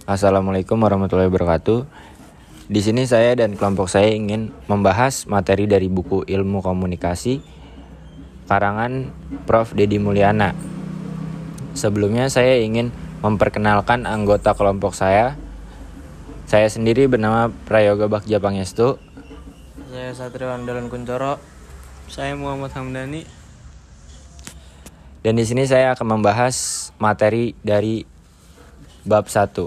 Assalamualaikum warahmatullahi wabarakatuh. Di sini saya dan kelompok saya ingin membahas materi dari buku Ilmu Komunikasi karangan Prof. Dedi Mulyana. Sebelumnya saya ingin memperkenalkan anggota kelompok saya. Saya sendiri bernama Prayoga Bagja Pangestu. Saya Satriwan Dalan Kuncoro. Saya Muhammad Hamdani. Dan di sini saya akan membahas materi dari bab 1.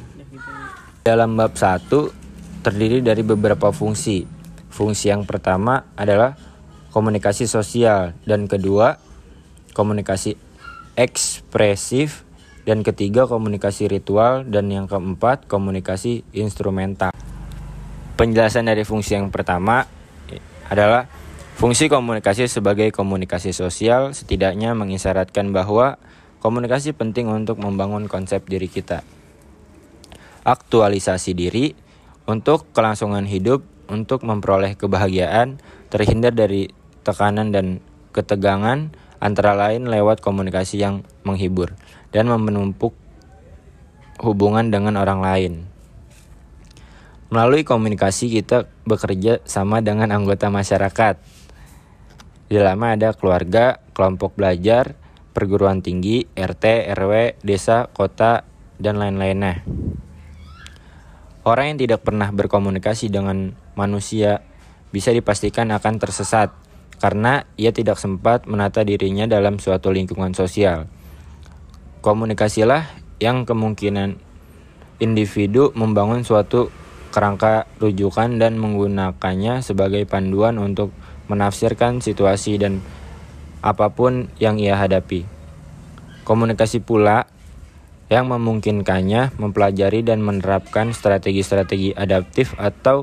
Dalam bab 1 terdiri dari beberapa fungsi. Fungsi yang pertama adalah komunikasi sosial, dan kedua komunikasi ekspresif, dan ketiga komunikasi ritual, dan yang keempat komunikasi instrumental. Penjelasan dari fungsi yang pertama adalah fungsi komunikasi sebagai komunikasi sosial setidaknya mengisyaratkan bahwa komunikasi penting untuk membangun konsep diri kita. Aktualisasi diri untuk kelangsungan hidup, untuk memperoleh kebahagiaan, terhindar dari tekanan dan ketegangan, antara lain lewat komunikasi yang menghibur dan menumpuk hubungan dengan orang lain. Melalui komunikasi kita bekerja sama dengan anggota masyarakat. Di dalamnya ada keluarga, kelompok belajar, perguruan tinggi, RT, RW, desa, kota, dan lain-lainnya. Orang yang tidak pernah berkomunikasi dengan manusia bisa dipastikan akan tersesat karena ia tidak sempat menata dirinya dalam suatu lingkungan sosial. Komunikasilah yang kemungkinan individu membangun suatu kerangka rujukan dan menggunakannya sebagai panduan untuk menafsirkan situasi dan apapun yang ia hadapi. Komunikasi pula yang memungkinkannya mempelajari dan menerapkan strategi-strategi adaptif atau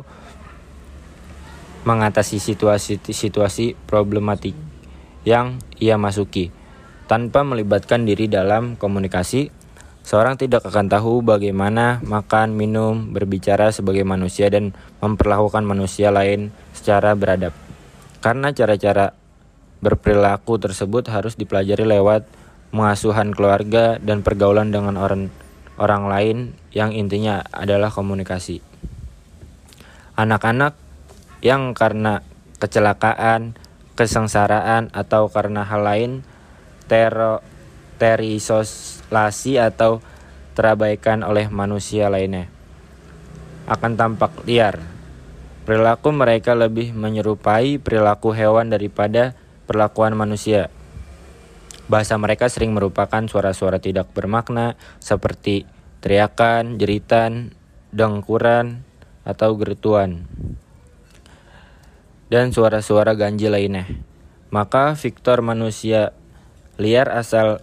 mengatasi situasi problematik yang ia masuki. Tanpa melibatkan diri dalam komunikasi, seorang tidak akan tahu bagaimana makan, minum, berbicara sebagai manusia dan memperlakukan manusia lain secara beradab. Karena cara-cara berperilaku tersebut harus dipelajari lewat pengasuhan keluarga dan pergaulan dengan orang lain yang intinya adalah komunikasi. Anak-anak yang karena kecelakaan, kesengsaraan, atau karena hal lain terisolasi atau terabaikan oleh manusia lainnya akan tampak liar. Perilaku mereka lebih menyerupai perilaku hewan daripada perlakuan manusia. Bahasa mereka sering merupakan suara-suara tidak bermakna seperti teriakan, jeritan, dengkuran, atau gerutuan, dan suara-suara ganjil lainnya. Maka Victor manusia liar asal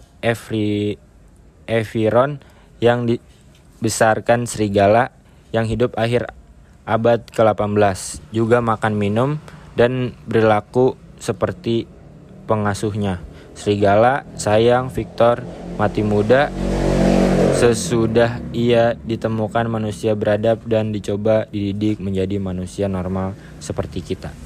Eviron yang dibesarkan serigala yang hidup akhir abad ke-18 juga makan minum dan berlaku seperti pengasuhnya. Serigala sayang Victor mati muda sesudah ia ditemukan manusia beradab dan dicoba dididik menjadi manusia normal seperti kita.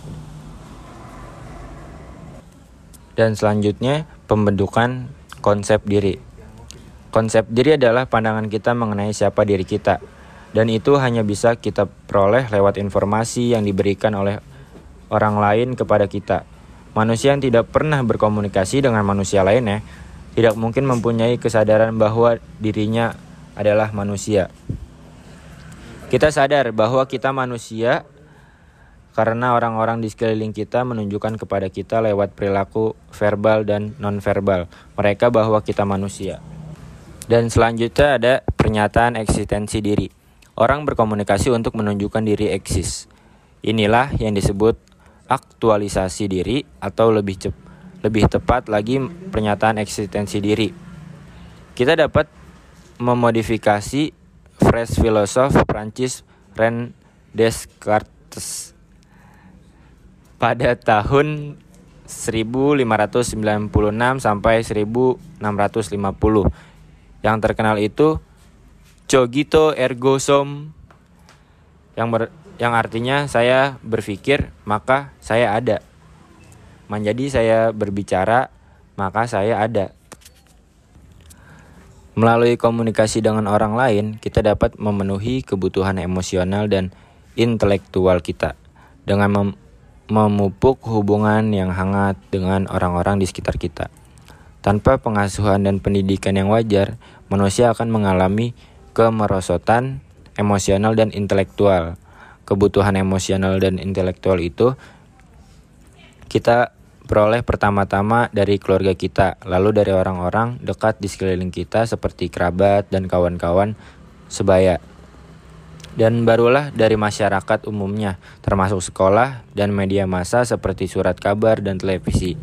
Dan selanjutnya pembentukan konsep diri. Konsep diri adalah pandangan kita mengenai siapa diri kita, dan itu hanya bisa kita peroleh lewat informasi yang diberikan oleh orang lain kepada kita. Manusia yang tidak pernah berkomunikasi dengan manusia lainnya tidak mungkin mempunyai kesadaran bahwa dirinya adalah manusia. Kita sadar bahwa kita manusia karena orang-orang di sekeliling kita menunjukkan kepada kita lewat perilaku verbal dan non-verbal mereka bahwa kita manusia. Dan selanjutnya ada pernyataan eksistensi diri. Orang berkomunikasi untuk menunjukkan diri eksis. Inilah yang disebut aktualisasi diri, atau lebih tepat lagi pernyataan eksistensi diri. Kita dapat memodifikasi frase filosof Prancis René Descartes pada tahun 1596 sampai 1650. Yang terkenal itu cogito ergo sum, yang artinya saya berpikir maka saya ada. Menjadi saya berbicara maka saya ada. Melalui komunikasi dengan orang lain, kita dapat memenuhi kebutuhan emosional dan intelektual kita dengan memupuk hubungan yang hangat dengan orang-orang di sekitar kita. Tanpa pengasuhan dan pendidikan yang wajar, manusia akan mengalami kemerosotan emosional dan intelektual. Kebutuhan emosional dan intelektual itu kita peroleh pertama-tama dari keluarga kita, lalu dari orang-orang dekat di sekeliling kita seperti kerabat dan kawan-kawan sebaya. Dan barulah dari masyarakat umumnya, termasuk sekolah dan media massa seperti surat kabar dan televisi.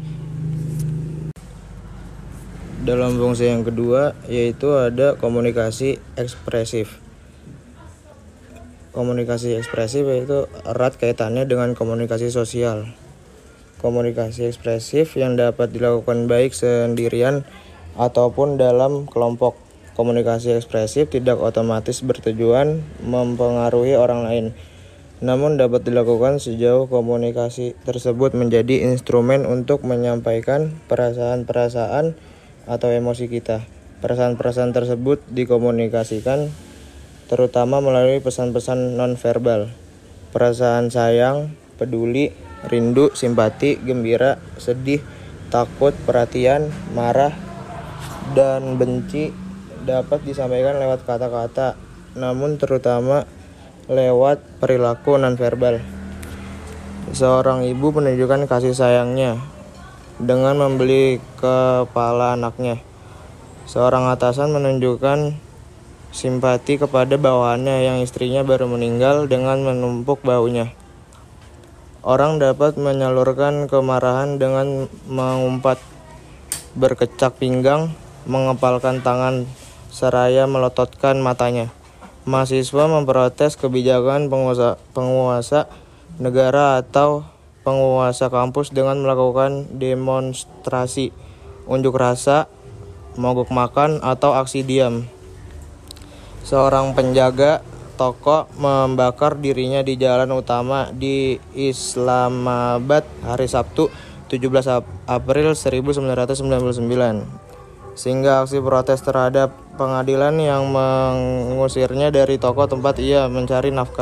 Dalam fungsi yang kedua, yaitu ada komunikasi ekspresif. Komunikasi ekspresif yaitu erat kaitannya dengan komunikasi sosial. Komunikasi ekspresif yang dapat dilakukan baik sendirian ataupun dalam kelompok. Komunikasi ekspresif tidak otomatis bertujuan mempengaruhi orang lain, namun dapat dilakukan sejauh komunikasi tersebut menjadi instrumen untuk menyampaikan perasaan-perasaan atau emosi kita. Perasaan-perasaan tersebut dikomunikasikan terutama melalui pesan-pesan nonverbal. Perasaan sayang, peduli, rindu, simpati, gembira, sedih, takut, perhatian, marah, dan benci dapat disampaikan lewat kata-kata, namun terutama lewat perilaku nonverbal. Seorang ibu menunjukkan kasih sayangnya dengan membeli kepala anaknya. Seorang atasan menunjukkan simpati kepada bawahannya yang istrinya baru meninggal dengan menumpuk bahunya. Orang dapat menyalurkan kemarahan dengan mengumpat, berkecak pinggang, mengepalkan tangan, seraya melototkan matanya. Mahasiswa memprotes kebijakan penguasa negara atau penguasa kampus dengan melakukan demonstrasi, unjuk rasa, mogok makan, atau aksi diam. Seorang penjaga toko membakar dirinya di jalan utama di Islamabad hari Sabtu 17 April 1999, sehingga aksi protes terhadap pengadilan yang mengusirnya dari toko tempat ia mencari nafkah.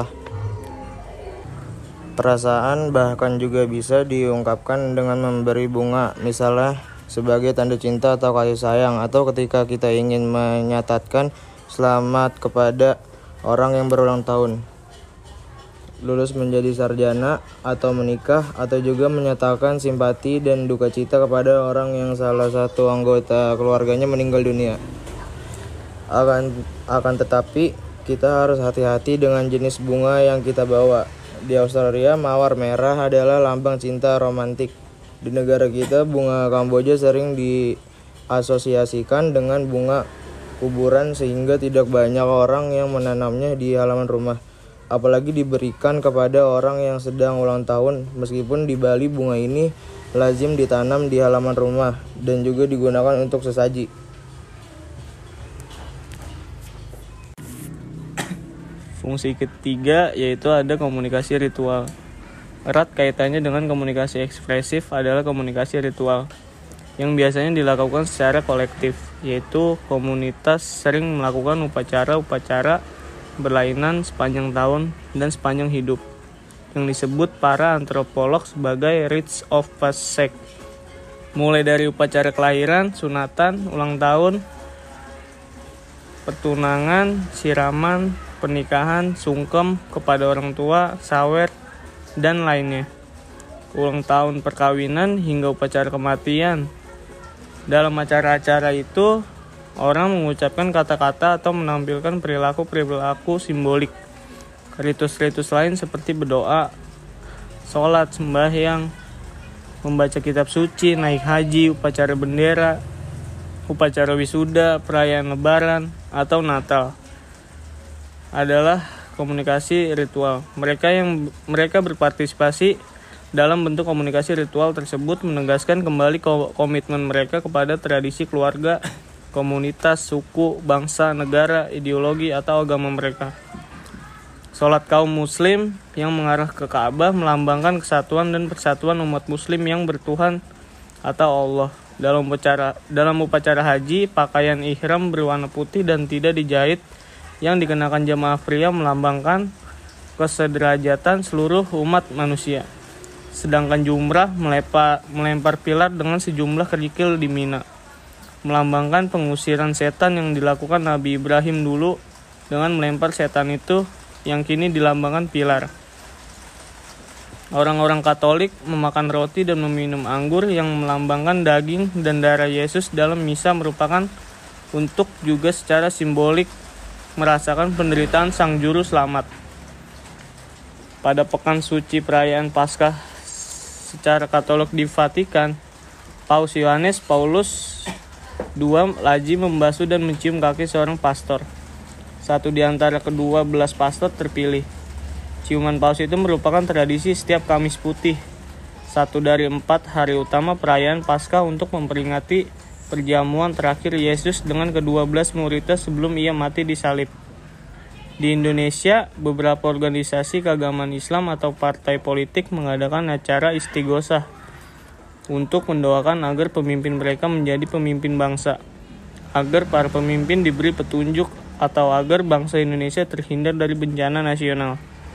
Perasaan bahkan juga bisa diungkapkan dengan memberi bunga, misalnya sebagai tanda cinta atau kasih sayang, atau ketika kita ingin menyatakan selamat kepada orang yang berulang tahun, lulus menjadi sarjana, atau menikah, atau juga menyatakan simpati dan duka cita kepada orang yang salah satu anggota keluarganya meninggal dunia. Akan tetapi, kita harus hati-hati dengan jenis bunga yang kita bawa. Di Australia, mawar merah adalah lambang cinta romantik. Di negara kita, bunga Kamboja sering diasosiasikan dengan bunga kuburan sehingga tidak banyak orang yang menanamnya di halaman rumah, apalagi diberikan kepada orang yang sedang ulang tahun. Meskipun di Bali bunga ini lazim ditanam di halaman rumah dan juga digunakan untuk sesaji. Fungsi ketiga yaitu ada komunikasi ritual. Erat kaitannya dengan komunikasi ekspresif adalah komunikasi ritual yang biasanya dilakukan secara kolektif, yaitu komunitas sering melakukan upacara-upacara berlainan sepanjang tahun dan sepanjang hidup, yang disebut para antropolog sebagai rites of passage. Mulai dari upacara kelahiran, sunatan, ulang tahun, pertunangan, siraman, pernikahan, sungkem kepada orang tua, sawer, dan lainnya. Ulang tahun perkawinan hingga upacara kematian. Dalam acara-acara itu, orang mengucapkan kata-kata atau menampilkan perilaku-perilaku simbolik. Ritus-ritus lain seperti berdoa, sholat, sembahyang, membaca kitab suci, naik haji, upacara bendera, upacara wisuda, perayaan lebaran, atau Natal adalah komunikasi ritual. Mereka berpartisipasi dalam bentuk komunikasi ritual tersebut menegaskan kembali komitmen mereka kepada tradisi keluarga, komunitas, suku, bangsa, negara, ideologi, atau agama mereka. Sholat kaum muslim yang mengarah ke Ka'bah melambangkan kesatuan dan persatuan umat muslim yang bertuhan atau Allah. Dalam upacara haji, pakaian ihram berwarna putih dan tidak dijahit yang dikenakan jamaah pria melambangkan kesederajatan seluruh umat manusia. Sedangkan jumrah melempar pilar dengan sejumlah kerikil di Mina, melambangkan pengusiran setan yang dilakukan Nabi Ibrahim dulu dengan melempar setan itu yang kini dilambangkan pilar. Orang-orang Katolik memakan roti dan meminum anggur yang melambangkan daging dan darah Yesus dalam misa merupakan untuk juga secara simbolik merasakan penderitaan Sang Juru Selamat. Pada pekan suci perayaan Paskah secara Katolik di Vatikan, Paus Yohanes Paulus II lagi membasuh dan mencium kaki seorang pastor, satu di antara kedua belas pastor terpilih. Ciuman paus itu merupakan tradisi setiap Kamis Putih, satu dari 4 hari utama perayaan Paskah untuk memperingati perjamuan terakhir Yesus dengan ke-12 muridnya sebelum ia mati disalib. Di Indonesia, beberapa organisasi keagamaan Islam atau partai politik mengadakan acara istighosah untuk mendoakan agar pemimpin mereka menjadi pemimpin bangsa, agar para pemimpin diberi petunjuk atau agar bangsa Indonesia terhindar dari bencana nasional.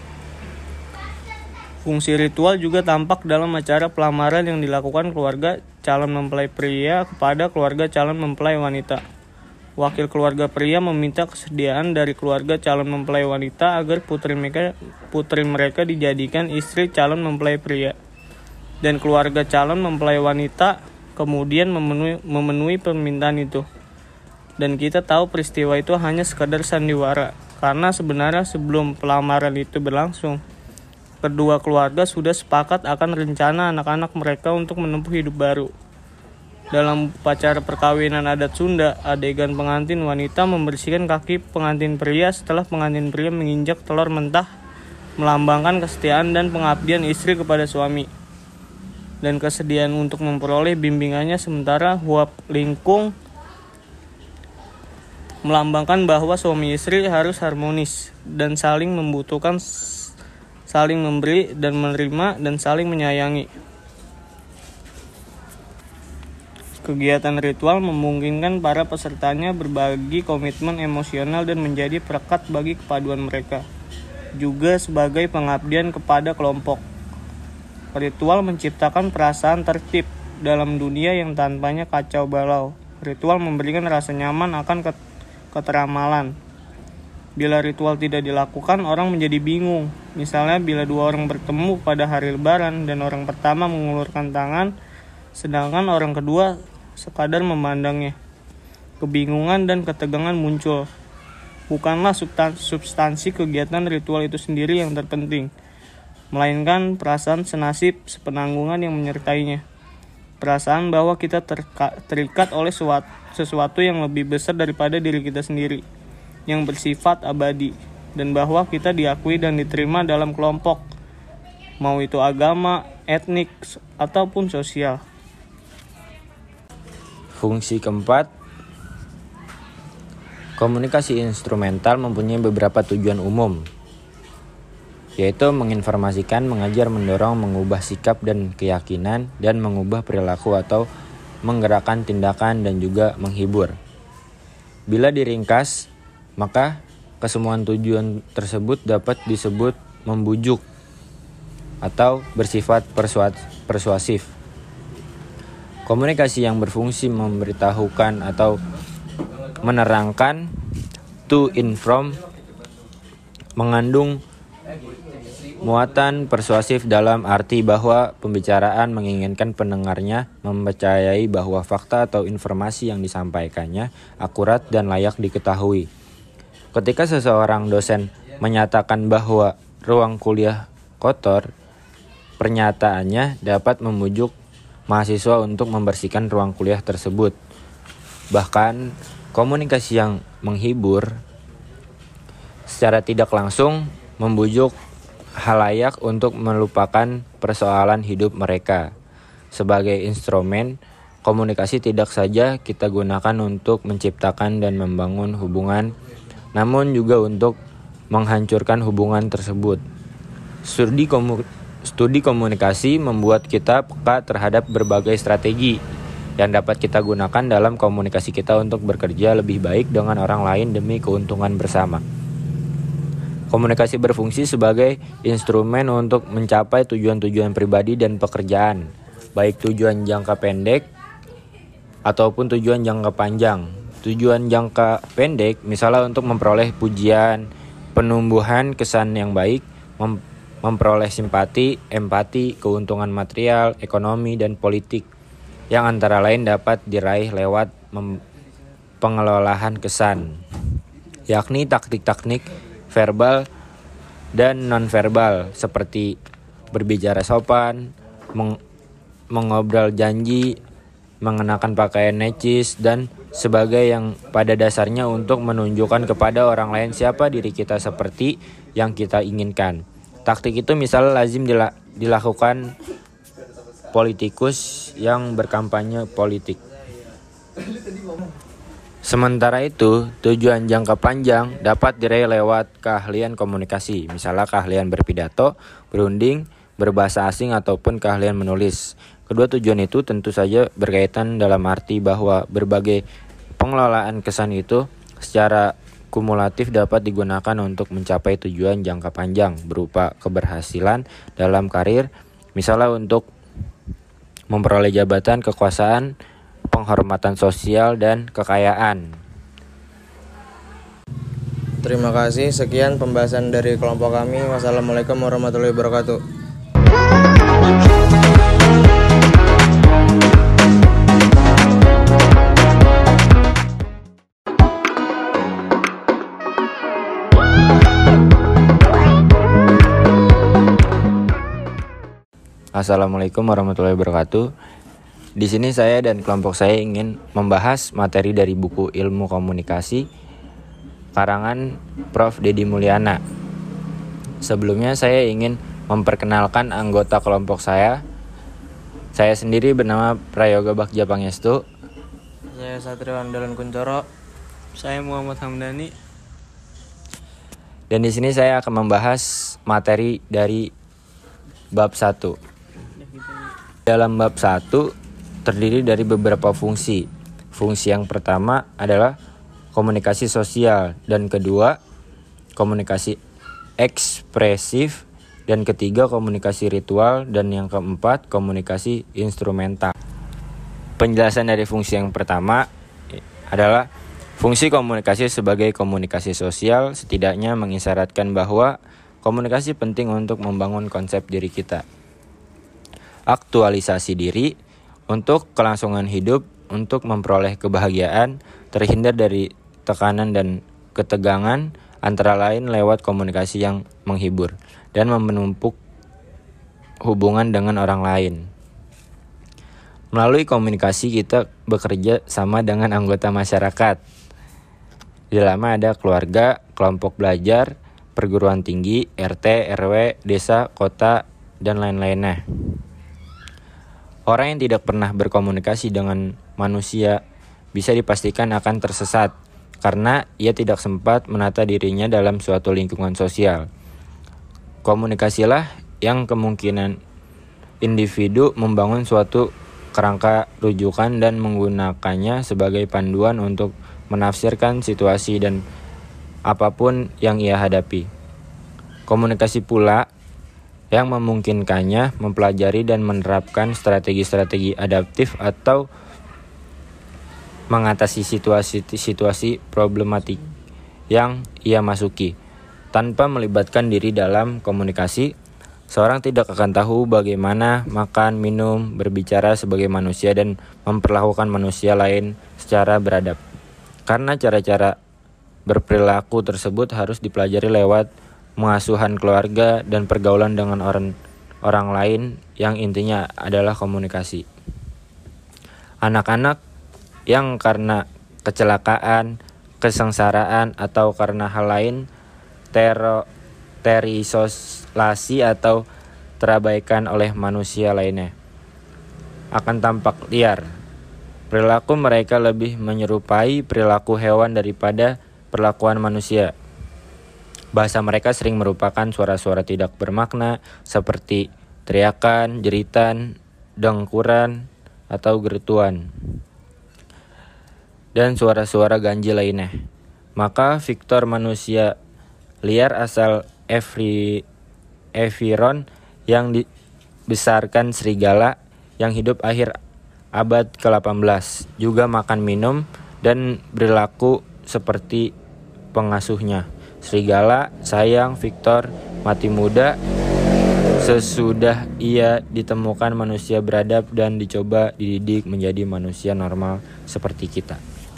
Fungsi ritual juga tampak dalam acara pelamaran yang dilakukan keluarga calon mempelai pria kepada keluarga calon mempelai wanita. Wakil keluarga pria meminta kesediaan dari keluarga calon mempelai wanita agar putri mereka dijadikan istri calon mempelai pria. Dan keluarga calon mempelai wanita kemudian memenuhi permintaan itu. Dan kita tahu peristiwa itu hanya sekadar sandiwara, karena sebenarnya sebelum pelamaran itu berlangsung, kedua keluarga sudah sepakat akan rencana anak-anak mereka untuk menempuh hidup baru. Dalam upacara perkawinan adat Sunda, adegan pengantin wanita membersihkan kaki pengantin pria setelah pengantin pria menginjak telur mentah, melambangkan kesetiaan dan pengabdian istri kepada suami, dan kesediaan untuk memperoleh bimbingannya, sementara huap lingkung melambangkan bahwa suami istri harus harmonis dan saling membutuhkan, saling memberi dan menerima, dan saling menyayangi. Kegiatan ritual memungkinkan para pesertanya berbagi komitmen emosional dan menjadi perekat bagi kepaduan mereka, juga sebagai pengabdian kepada kelompok. Ritual menciptakan perasaan tertib dalam dunia yang tanpanya kacau balau. Ritual memberikan rasa nyaman akan keteramalan. Bila ritual tidak dilakukan, orang menjadi bingung. Misalnya bila dua orang bertemu pada hari lebaran dan orang pertama mengulurkan tangan, sedangkan orang kedua sekadar memandangnya. Kebingungan dan ketegangan muncul. Bukanlah substansi kegiatan ritual itu sendiri yang terpenting, melainkan perasaan senasib sepenanggungan yang menyertainya. Perasaan bahwa kita terikat oleh sesuatu yang lebih besar daripada diri kita sendiri, yang bersifat abadi, dan bahwa kita diakui dan diterima dalam kelompok, mau itu agama, etnik, ataupun sosial. Fungsi keempat, komunikasi instrumental mempunyai beberapa tujuan umum, yaitu menginformasikan, mengajar, mendorong, mengubah sikap dan keyakinan, dan mengubah perilaku atau menggerakkan tindakan, dan juga menghibur. Bila diringkas, maka kesemuan tujuan tersebut dapat disebut membujuk atau bersifat persuasif. Komunikasi yang berfungsi memberitahukan atau menerangkan, to inform, mengandung muatan persuasif dalam arti bahwa pembicaraan menginginkan pendengarnya mempercayai bahwa fakta atau informasi yang disampaikannya akurat dan layak diketahui. Ketika seseorang dosen menyatakan bahwa ruang kuliah kotor, pernyataannya dapat membujuk mahasiswa untuk membersihkan ruang kuliah tersebut. Bahkan, komunikasi yang menghibur secara tidak langsung membujuk halayak untuk melupakan persoalan hidup mereka. Sebagai instrumen, komunikasi tidak saja kita gunakan untuk menciptakan dan membangun hubungan, namun juga untuk menghancurkan hubungan tersebut. Studi komunikasi membuat kita peka terhadap berbagai strategi yang dapat kita gunakan dalam komunikasi kita untuk bekerja lebih baik dengan orang lain demi keuntungan bersama. Komunikasi berfungsi sebagai instrumen untuk mencapai tujuan-tujuan pribadi dan pekerjaan, baik tujuan jangka pendek ataupun tujuan jangka panjang. Tujuan jangka pendek misalnya untuk memperoleh pujian, penumbuhan kesan yang baik, memperoleh simpati, empati, keuntungan material, ekonomi, dan politik yang antara lain dapat diraih lewat pengelolaan kesan, yakni taktik-taktik verbal dan nonverbal seperti berbicara sopan, mengobrol janji, mengenakan pakaian necis, dan sebagai yang pada dasarnya untuk menunjukkan kepada orang lain siapa diri kita seperti yang kita inginkan. Taktik itu misalnya lazim dilakukan politikus yang berkampanye politik. Sementara itu, tujuan jangka panjang dapat diraih lewat keahlian komunikasi, misalnya keahlian berpidato, berunding, berbahasa asing, ataupun keahlian menulis. Kedua tujuan itu tentu saja berkaitan dalam arti bahwa berbagai pengelolaan kesan itu secara kumulatif dapat digunakan untuk mencapai tujuan jangka panjang berupa keberhasilan dalam karir, misalnya untuk memperoleh jabatan, kekuasaan, penghormatan sosial, dan kekayaan. Terima kasih, sekian pembahasan dari kelompok kami. Wassalamualaikum warahmatullahi wabarakatuh. Assalamualaikum warahmatullahi wabarakatuh. Di sini saya dan kelompok saya ingin membahas materi dari buku Ilmu Komunikasi karangan Prof. Dedi Mulyana. Sebelumnya saya ingin memperkenalkan anggota kelompok saya. Saya sendiri bernama Prayoga Bagja Pangestu. Saya Satrio Andalan Kuncoro. Saya Muhammad Hamdani. Dan di sini saya akan membahas materi dari bab 1. Dalam bab 1 terdiri dari beberapa fungsi. Fungsi yang pertama adalah komunikasi sosial, dan kedua komunikasi ekspresif, dan ketiga komunikasi ritual, dan yang keempat komunikasi instrumental. Penjelasan dari fungsi yang pertama adalah fungsi komunikasi sebagai komunikasi sosial setidaknya mengisyaratkan bahwa komunikasi penting untuk membangun konsep diri kita, aktualisasi diri, untuk kelangsungan hidup, untuk memperoleh kebahagiaan, terhindar dari tekanan dan ketegangan, antara lain lewat komunikasi yang menghibur dan menumpuk hubungan dengan orang lain. Melalui komunikasi kita bekerja sama dengan anggota masyarakat. Di dalamnya ada keluarga, kelompok belajar, perguruan tinggi, RT, RW, desa, kota, dan lain-lainnya. Orang yang tidak pernah berkomunikasi dengan manusia bisa dipastikan akan tersesat karena ia tidak sempat menata dirinya dalam suatu lingkungan sosial. Komunikasilah yang kemungkinan individu membangun suatu kerangka rujukan dan menggunakannya sebagai panduan untuk menafsirkan situasi dan apapun yang ia hadapi. Komunikasi pula yang memungkinkannya mempelajari dan menerapkan strategi-strategi adaptif atau mengatasi situasi problematik yang ia masuki. Tanpa melibatkan diri dalam komunikasi, seorang tidak akan tahu bagaimana makan, minum, berbicara sebagai manusia, dan memperlakukan manusia lain secara beradab. Karena cara-cara berperilaku tersebut harus dipelajari lewat pengasuhan keluarga dan pergaulan dengan orang lain yang intinya adalah komunikasi. Anak-anak yang karena kecelakaan, kesengsaraan, atau karena hal lain terisolasi atau terabaikan oleh manusia lainnya akan tampak liar. Perilaku mereka lebih menyerupai perilaku hewan daripada perlakuan manusia. Bahasa mereka sering merupakan suara-suara tidak bermakna seperti teriakan, jeritan, dengkuran, atau gerutuan, dan suara-suara ganjil lainnya. Maka Victor manusia liar asal Eviron yang dibesarkan serigala yang hidup akhir abad ke-18 juga makan minum dan berlaku seperti pengasuhnya. Serigala sayang Victor mati muda sesudah ia ditemukan manusia beradab dan dicoba dididik menjadi manusia normal seperti kita.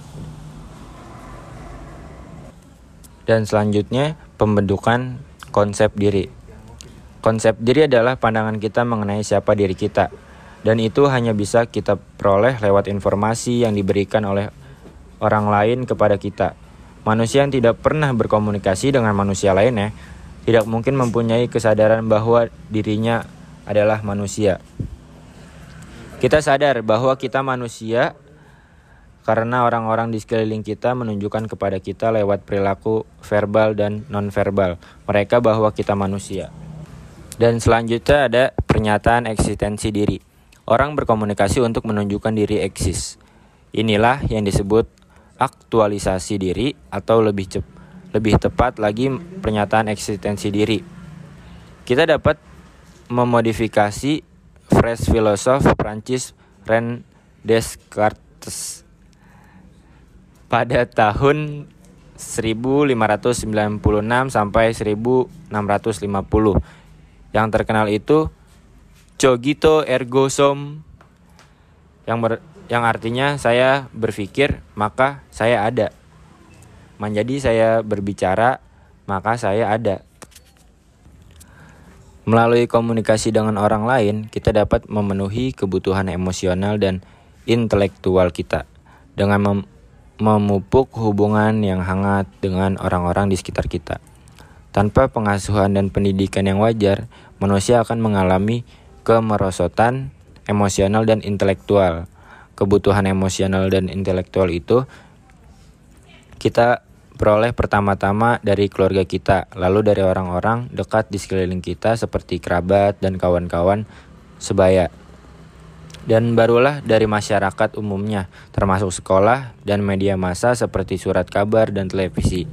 Dan selanjutnya, pembentukan konsep diri. Konsep diri adalah pandangan kita mengenai siapa diri kita, dan itu hanya bisa kita peroleh lewat informasi yang diberikan oleh orang lain kepada kita. Manusia yang tidak pernah berkomunikasi dengan manusia lainnya tidak mungkin mempunyai kesadaran bahwa dirinya adalah manusia. Kita sadar bahwa kita manusia karena orang-orang di sekeliling kita menunjukkan kepada kita lewat perilaku verbal dan non-verbal mereka bahwa kita manusia. Dan selanjutnya ada pernyataan eksistensi diri. Orang berkomunikasi untuk menunjukkan diri eksis. Inilah yang disebut aktualisasi diri atau lebih tepat lagi pernyataan eksistensi diri. Kita dapat memodifikasi frase filosof Prancis René Descartes pada tahun 1596 sampai 1650. Yang terkenal itu cogito ergo sum, yang artinya saya berpikir maka saya ada. Menjadi saya berbicara maka saya ada. Melalui komunikasi dengan orang lain, kita dapat memenuhi kebutuhan emosional dan intelektual kita dengan memupuk hubungan yang hangat dengan orang-orang di sekitar kita. Tanpa pengasuhan dan pendidikan yang wajar, manusia akan mengalami kemerosotan emosional dan intelektual. Kebutuhan emosional dan intelektual itu kita peroleh pertama-tama dari keluarga kita, lalu dari orang-orang dekat di sekeliling kita seperti kerabat dan kawan-kawan sebaya. Dan barulah dari masyarakat umumnya, termasuk sekolah dan media massa seperti surat kabar dan televisi.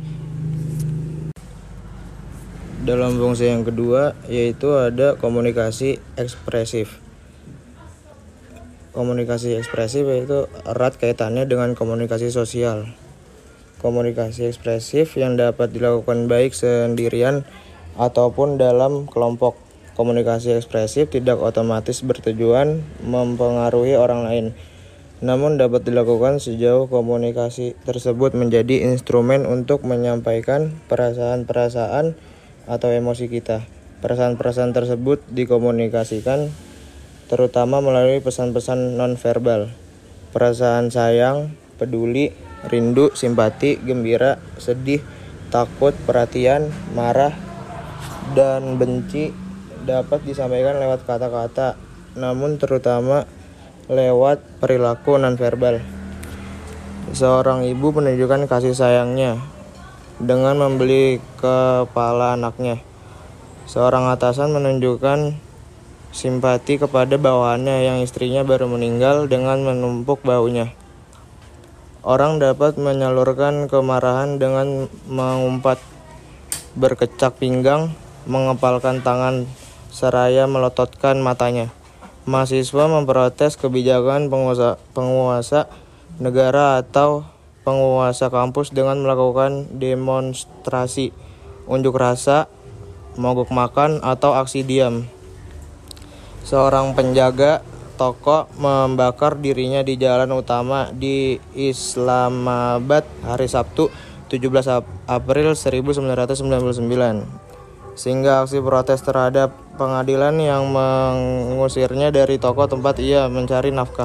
Dalam fungsi yang kedua, yaitu ada komunikasi ekspresif. Komunikasi ekspresif yaitu erat kaitannya dengan komunikasi sosial. Komunikasi ekspresif yang dapat dilakukan baik sendirian ataupun dalam kelompok. Komunikasi ekspresif tidak otomatis bertujuan mempengaruhi orang lain, namun dapat dilakukan sejauh komunikasi tersebut menjadi instrumen untuk menyampaikan perasaan-perasaan atau emosi kita. Perasaan-perasaan tersebut dikomunikasikan terutama melalui pesan-pesan nonverbal. Perasaan sayang, peduli, rindu, simpati, gembira, sedih, takut, perhatian, marah, dan benci dapat disampaikan lewat kata-kata, namun terutama lewat perilaku nonverbal. Seorang ibu menunjukkan kasih sayangnya dengan membeli kepala anaknya. Seorang atasan menunjukkan simpati kepada bawahannya yang istrinya baru meninggal dengan menumpuk bahunya. Orang dapat menyalurkan kemarahan dengan mengumpat, berkecak pinggang, mengepalkan tangan, seraya melototkan matanya. Mahasiswa memprotes kebijakan penguasa negara atau penguasa kampus dengan melakukan demonstrasi, unjuk rasa, mogok makan, atau aksi diam. Seorang penjaga toko membakar dirinya di jalan utama di Islamabad hari Sabtu 17 April 1999. Sehingga aksi protes terhadap pengadilan yang mengusirnya dari toko tempat ia mencari nafkah.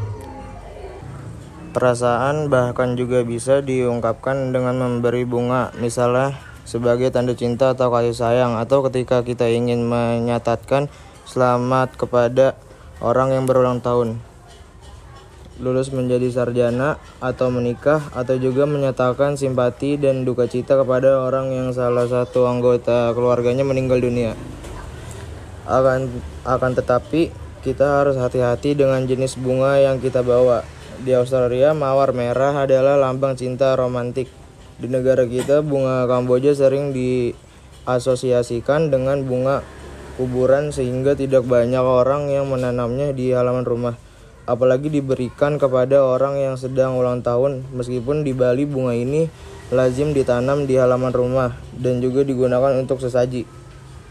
Perasaan bahkan juga bisa diungkapkan dengan memberi bunga, misalnya sebagai tanda cinta atau kasih sayang, atau ketika kita ingin menyatakan selamat kepada orang yang berulang tahun, lulus menjadi sarjana, atau menikah, atau juga menyatakan simpati dan duka cita kepada orang yang salah satu anggota keluarganya meninggal dunia. Akan tetapi, kita harus hati-hati dengan jenis bunga yang kita bawa. Di Australia, mawar merah adalah lambang cinta romantik. Di negara kita, bunga Kamboja sering diasosiasikan dengan bunga kuburan sehingga tidak banyak orang yang menanamnya di halaman rumah. Apalagi diberikan kepada orang yang sedang ulang tahun. Meskipun di Bali bunga ini lazim ditanam di halaman rumah dan juga digunakan untuk sesaji.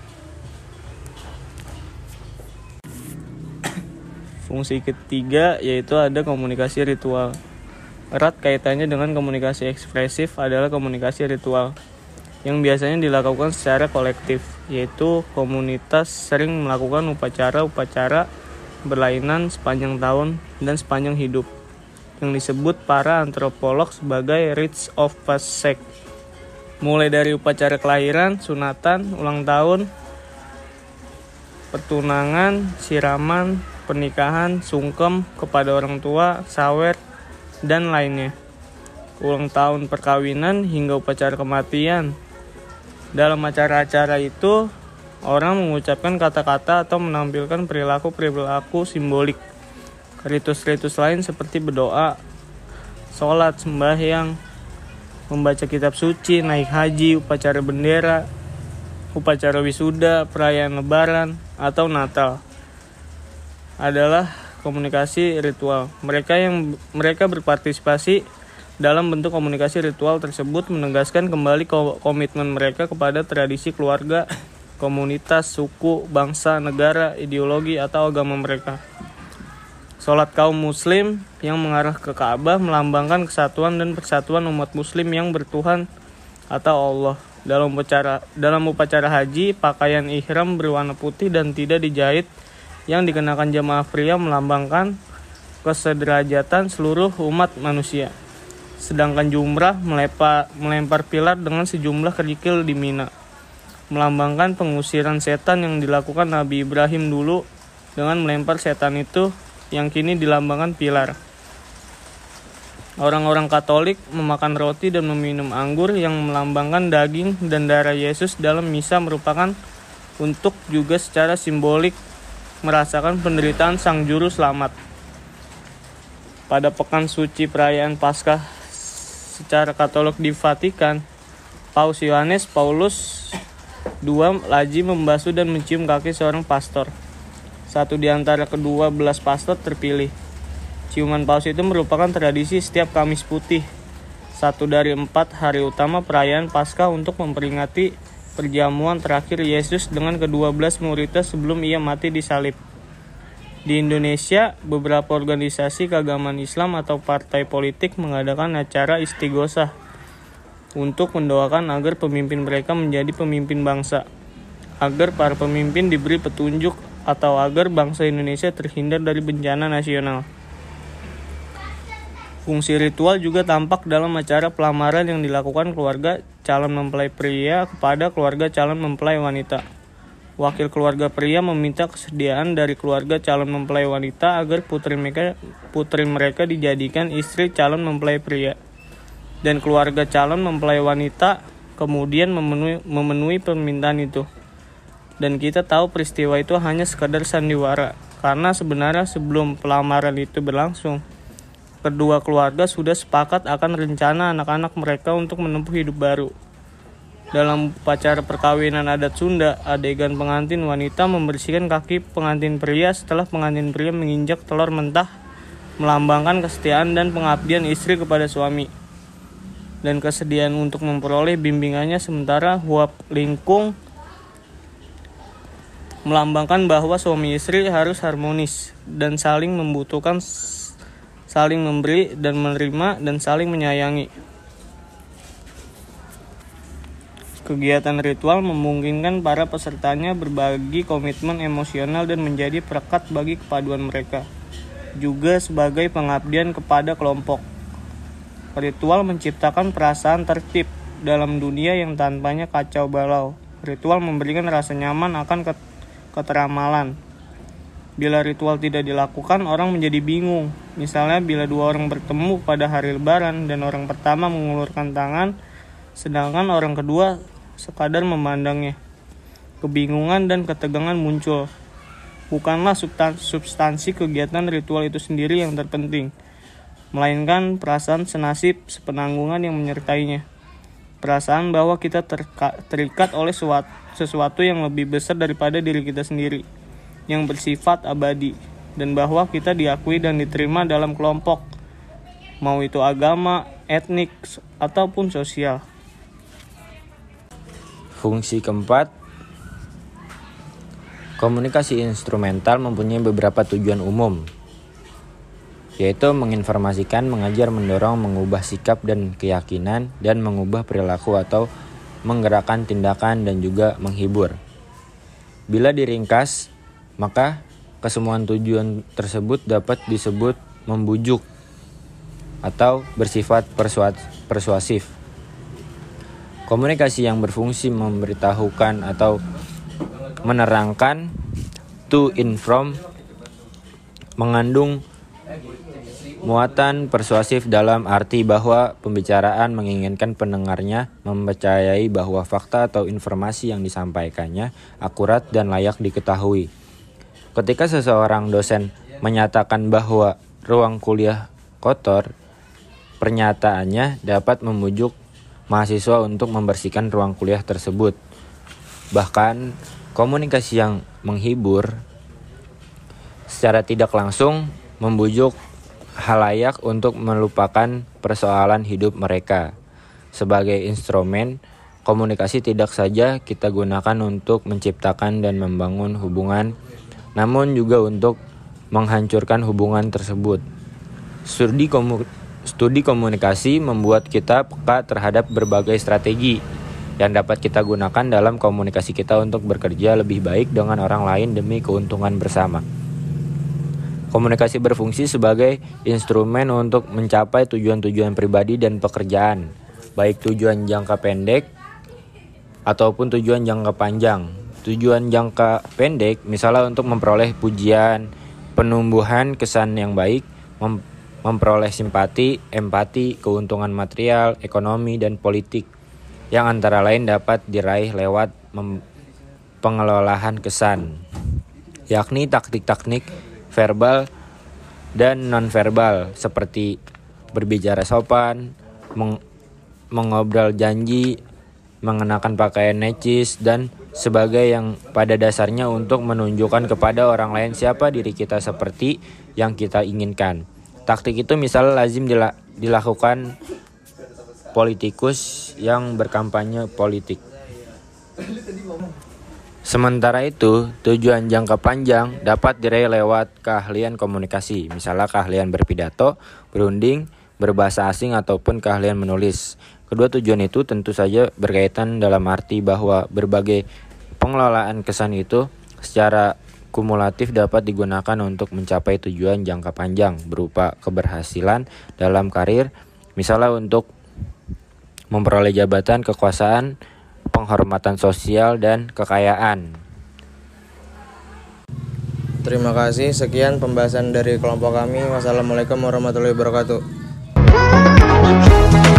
Fungsi ketiga yaitu ada komunikasi ritual. Erat kaitannya dengan komunikasi ekspresif adalah komunikasi ritual yang biasanya dilakukan secara kolektif, yaitu komunitas sering melakukan upacara-upacara berlainan sepanjang tahun dan sepanjang hidup yang disebut para antropolog sebagai rites of passage. Mulai dari upacara kelahiran, sunatan, ulang tahun, pertunangan, siraman, pernikahan, sungkem kepada orang tua, sawer, dan lainnya. Ulang tahun perkawinan hingga upacara kematian. Dalam acara-acara itu, orang mengucapkan kata-kata atau menampilkan perilaku-perilaku simbolik. Ritus-ritus lain seperti berdoa, sholat, sembahyang, membaca kitab suci, naik haji, upacara bendera, upacara wisuda, perayaan lebaran, atau Natal adalah komunikasi ritual. Mereka berpartisipasi dalam bentuk komunikasi ritual tersebut menegaskan kembali komitmen mereka kepada tradisi keluarga, komunitas, suku, bangsa, negara, ideologi, atau agama mereka. Sholat kaum muslim yang mengarah ke Ka'bah melambangkan kesatuan dan persatuan umat muslim yang bertuhan atau Allah. Dalam upacara haji, pakaian ihram berwarna putih dan tidak dijahit yang dikenakan jamaah pria melambangkan kesederajatan seluruh umat manusia. Sedangkan jumrah melempar pilar dengan sejumlah kerikil di Mina, melambangkan pengusiran setan yang dilakukan Nabi Ibrahim dulu dengan melempar setan itu yang kini dilambangkan pilar. Orang-orang Katolik memakan roti dan meminum anggur yang melambangkan daging dan darah Yesus dalam misa merupakan untuk juga secara simbolik merasakan penderitaan Sang Juru Selamat. Pada pekan suci perayaan Paskah secara Katolik di Vatikan, Paus Yohanes Paulus II lazim membasuh dan mencium kaki seorang pastor, satu di antara kedua belas pastor terpilih. Ciuman paus itu merupakan tradisi setiap Kamis Putih, satu dari 4 hari utama perayaan Paskah untuk memperingati perjamuan terakhir Yesus dengan ke-12 muridnya sebelum ia mati disalib. Di Indonesia, beberapa organisasi keagamaan Islam atau partai politik mengadakan acara istighosah untuk mendoakan agar pemimpin mereka menjadi pemimpin bangsa, agar para pemimpin diberi petunjuk atau agar bangsa Indonesia terhindar dari bencana nasional. Fungsi ritual juga tampak dalam acara pelamaran yang dilakukan keluarga calon mempelai pria kepada keluarga calon mempelai wanita. Wakil keluarga pria meminta kesediaan dari keluarga calon mempelai wanita agar putri mereka dijadikan istri calon mempelai pria. Dan keluarga calon mempelai wanita kemudian memenuhi permintaan itu. Dan kita tahu peristiwa itu hanya sekadar sandiwara, karena sebenarnya sebelum pelamaran itu berlangsung, kedua keluarga sudah sepakat akan rencana anak-anak mereka untuk menempuh hidup baru. Dalam upacara perkawinan adat Sunda, adegan pengantin wanita membersihkan kaki pengantin pria setelah pengantin pria menginjak telur mentah, melambangkan kesetiaan dan pengabdian istri kepada suami, dan kesediaan untuk memperoleh bimbingannya, sementara huap lingkung melambangkan bahwa suami istri harus harmonis dan saling membutuhkan, saling memberi dan menerima, dan saling menyayangi. Kegiatan ritual memungkinkan para pesertanya berbagi komitmen emosional dan menjadi perekat bagi kepaduan mereka, juga sebagai pengabdian kepada kelompok. Ritual menciptakan perasaan tertib dalam dunia yang tanpanya kacau balau. Ritual memberikan rasa nyaman akan keteramalan. Bila ritual tidak dilakukan, orang menjadi bingung. Misalnya bila dua orang bertemu pada hari lebaran dan orang pertama mengulurkan tangan, sedangkan orang kedua sekadar memandangnya. Kebingungan dan ketegangan muncul. bukanlah substansi kegiatan ritual itu sendiri yang terpenting, melainkan perasaan senasib sepenanggungan yang menyertainya. Perasaan bahwa kita terikat oleh sesuatu yang lebih besar daripada diri kita sendiri, yang bersifat abadi, dan bahwa kita diakui dan diterima dalam kelompok, mau itu agama, etnik, ataupun sosial. Fungsi keempat, komunikasi instrumental mempunyai beberapa tujuan umum, yaitu menginformasikan, mengajar, mendorong, mengubah sikap dan keyakinan, dan mengubah perilaku atau menggerakkan tindakan, dan juga menghibur. Bila diringkas, maka kesemuan tujuan tersebut dapat disebut membujuk atau bersifat persuasif. Komunikasi yang berfungsi memberitahukan atau menerangkan, to inform, mengandung muatan persuasif dalam arti bahwa pembicaraan menginginkan pendengarnya mempercayai bahwa fakta atau informasi yang disampaikannya akurat dan layak diketahui. Ketika seseorang dosen menyatakan bahwa ruang kuliah kotor, pernyataannya dapat membujuk mahasiswa untuk membersihkan ruang kuliah tersebut. Bahkan komunikasi yang menghibur secara tidak langsung membujuk halayak untuk melupakan persoalan hidup mereka. Sebagai instrumen, komunikasi tidak saja kita gunakan untuk menciptakan dan membangun hubungan, namun juga untuk menghancurkan hubungan tersebut. Studi komunikasi membuat kita peka terhadap berbagai strategi yang dapat kita gunakan dalam komunikasi kita untuk bekerja lebih baik dengan orang lain demi keuntungan bersama. Komunikasi berfungsi sebagai instrumen untuk mencapai tujuan-tujuan pribadi dan pekerjaan, baik tujuan jangka pendek ataupun tujuan jangka panjang. Tujuan jangka pendek misalnya untuk memperoleh pujian, penumbuhan kesan yang baik, memperoleh simpati, empati, keuntungan material, ekonomi, dan politik yang antara lain dapat diraih lewat pengelolaan kesan, yakni taktik-taktik verbal dan nonverbal seperti berbicara sopan, mengobrol janji, mengenakan pakaian necis, dan sebagai yang pada dasarnya untuk menunjukkan kepada orang lain siapa diri kita seperti yang kita inginkan. Taktik itu misalnya lazim dilakukan politikus yang berkampanye politik. Sementara itu, tujuan jangka panjang dapat diraih lewat keahlian komunikasi, misalnya keahlian berpidato, berunding, berbahasa asing, ataupun keahlian menulis. Kedua tujuan itu tentu saja berkaitan dalam arti bahwa berbagai pengelolaan kesan itu secara kumulatif dapat digunakan untuk mencapai tujuan jangka panjang berupa keberhasilan dalam karir, misalnya untuk memperoleh jabatan, kekuasaan, penghormatan sosial, dan kekayaan. Terima kasih, sekian pembahasan dari kelompok kami. Wassalamualaikum warahmatullahi wabarakatuh.